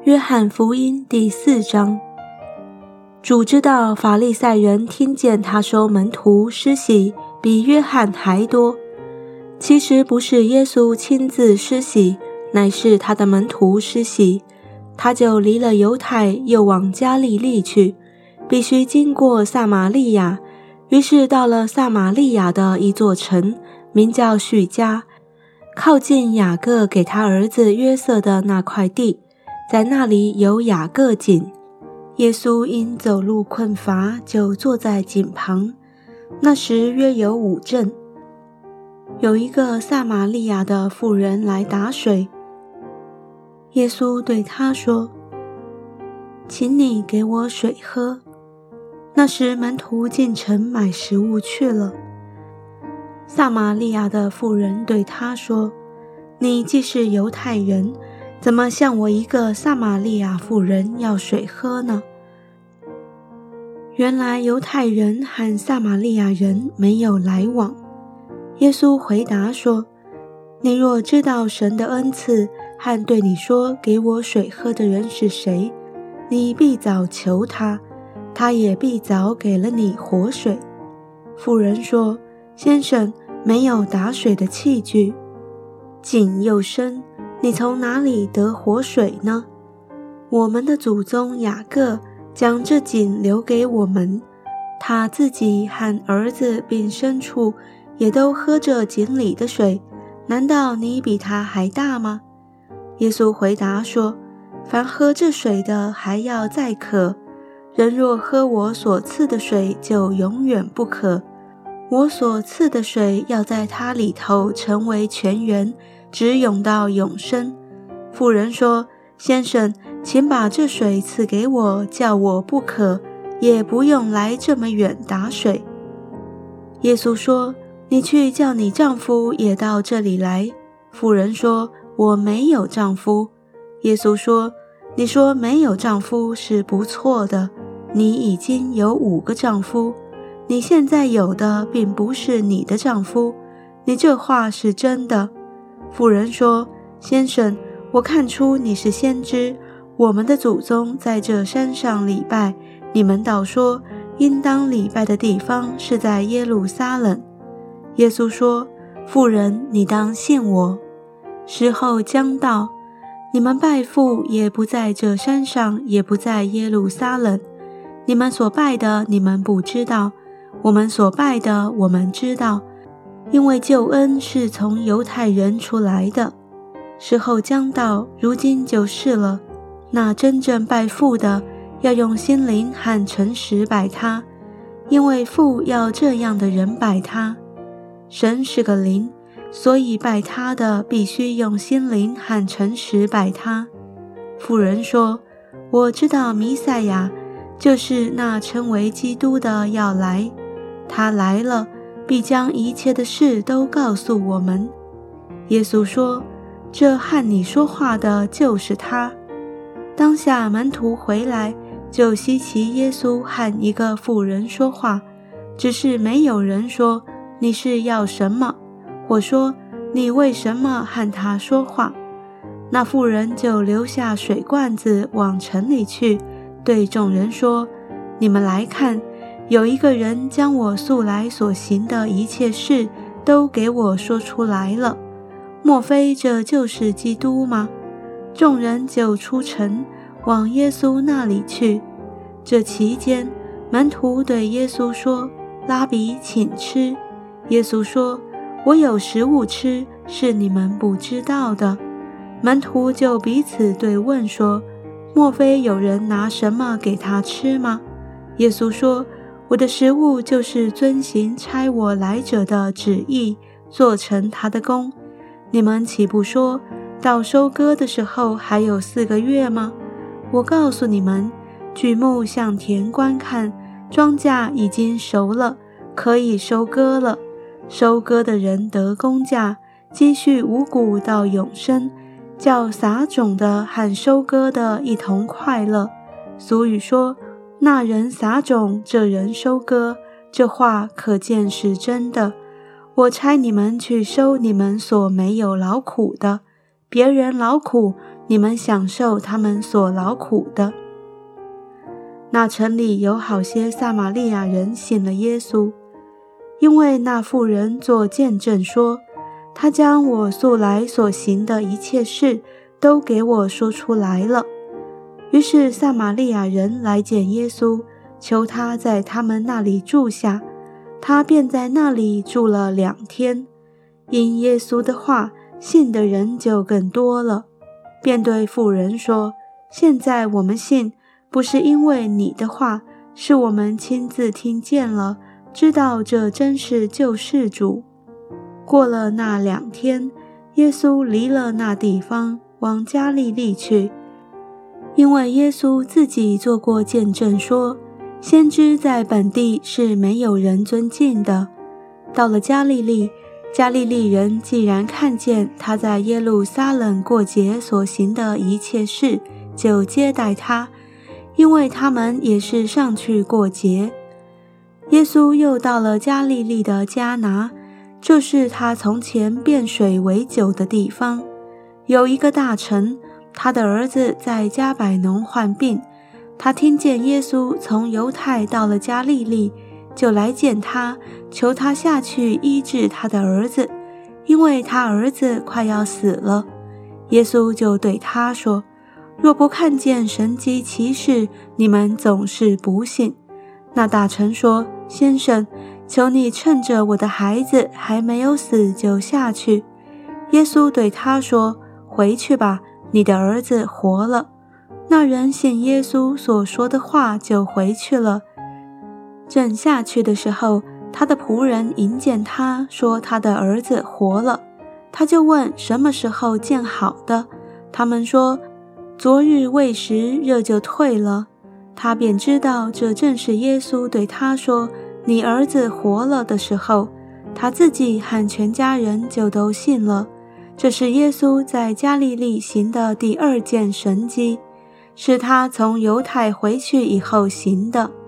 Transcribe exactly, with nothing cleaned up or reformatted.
约翰福音第四章。主知道法利赛人听见他收门徒施洗比约翰还多，其实不是耶稣亲自施洗，乃是他的门徒施洗。他就离了犹太，又往加利利去，必须经过撒玛利亚。于是到了撒玛利亚的一座城，名叫叙加，靠近雅各给他儿子约瑟的那块地，在那里有雅各井。耶稣因走路困乏，就坐在井旁。那时约有午正，有一个撒玛利亚的妇人来打水。耶稣对他说：“请你给我水喝。”那时门徒进城买食物去了。撒玛利亚的妇人对他说：“你既是犹太人，怎么向我一个撒玛利亚妇人要水喝呢？”原来犹太人和撒玛利亚人没有来往。耶稣回答说：“你若知道神的恩赐和对你说给我水喝的人是谁，你必早求他，他也必早给了你活水。”妇人说：“先生，没有打水的器具，井又深，你从哪里得活水呢？我们的祖宗雅各将这井留给我们，他自己和儿子并牲畜也都喝这井里的水，难道你比他还大吗？”耶稣回答说：“凡喝这水的还要再渴，人若喝我所赐的水，就永远不渴。我所赐的水要在他里头成为泉源，直涌到永生。”妇人说：“先生，请把这水赐给我，叫我不渴，也不用来这么远打水。”耶稣说：“你去叫你丈夫也到这里来。”妇人说：“我没有丈夫。”耶稣说：“你说没有丈夫是不错的，你已经有五个丈夫，你现在有的并不是你的丈夫，你这话是真的。”妇人说：“先生，我看出你是先知，我们的祖宗在这山上礼拜，你们倒说应当礼拜的地方是在耶路撒冷。”耶稣说：“妇人，你当信我，时候将到，你们拜父也不在这山上，也不在耶路撒冷。你们所拜的，你们不知道；我们所拜的，我们知道，因为救恩是从犹太人出来的。时候将到，如今就是了。那真正拜父的，要用心灵和诚实拜他，因为父要这样的人拜他。神是个灵，所以拜他的必须用心灵和诚实拜他。”妇人说：“我知道弥赛亚，就是那称为基督的要来，他来了，必将一切的事都告诉我们。”耶稣说：“这和你说话的就是他。”当下门徒回来，就稀奇耶稣和一个妇人说话，只是没有人说你是要什么，或说你为什么和他说话。那妇人就留下水罐子往城里去，对众人说：“你们来看，有一个人将我素来所行的一切事都给我说出来了，莫非这就是基督吗？”众人就出城，往耶稣那里去。这期间，门徒对耶稣说：“拉比，请吃。”耶稣说：“我有食物吃，是你们不知道的。”门徒就彼此对问说：“莫非有人拿什么给他吃吗？”耶稣说：“我的食物就是遵行差我来者的旨意，做成他的工。你们岂不说，到收割的时候还有四个月吗？我告诉你们，举目向田观看，庄稼已经熟了，可以收割了。收割的人得工价，积蓄五谷到永生，叫撒种的和收割的一同快乐。俗语说，那人撒种，这人收割，这话可见是真的。我差你们去收你们所没有劳苦的，别人劳苦， 你们享受他们所劳苦的。”那城里有好些撒玛利亚人信了耶稣，因为那妇人作见证说，他将我素来所行的一切事都给我说出来了。于是撒玛利亚人来见耶稣，求他在他们那里住下，他便在那里住了两天。因耶稣的话，信的人就更多了，便对妇人说：“现在我们信，不是因为你的话，是我们亲自听见了，知道这真是救世主。”过了那两天，耶稣离了那地方，往加利利去，因为耶稣自己做过见证说，先知在本地是没有人尊敬的。到了加利利，加利利人既然看见他在耶路撒冷过节所行的一切事，就接待他，因为他们也是上去过节。耶稣又到了加利利的迦拿，就是他从前变水为酒的地方。有一个大臣，他的儿子在加百农患病，他听见耶稣从犹太到了加利利，就来见他，求他下去医治他的儿子，因为他儿子快要死了。耶稣就对他说：“若不看见神迹奇事，你们总是不信。”那大臣说：“先生，求你趁着我的孩子还没有死就下去。”耶稣对他说：“回去吧，你的儿子活了。”那人信耶稣所说的话，就回去了。正下去的时候，他的仆人迎见他，说他的儿子活了。他就问什么时候见好的，他们说昨日未时，热就退了。他便知道这正是耶稣对他说你儿子活了的时候，他自己和全家人就都信了。这是耶稣在加利利行的第二件神迹，是他从犹太回去以后行的。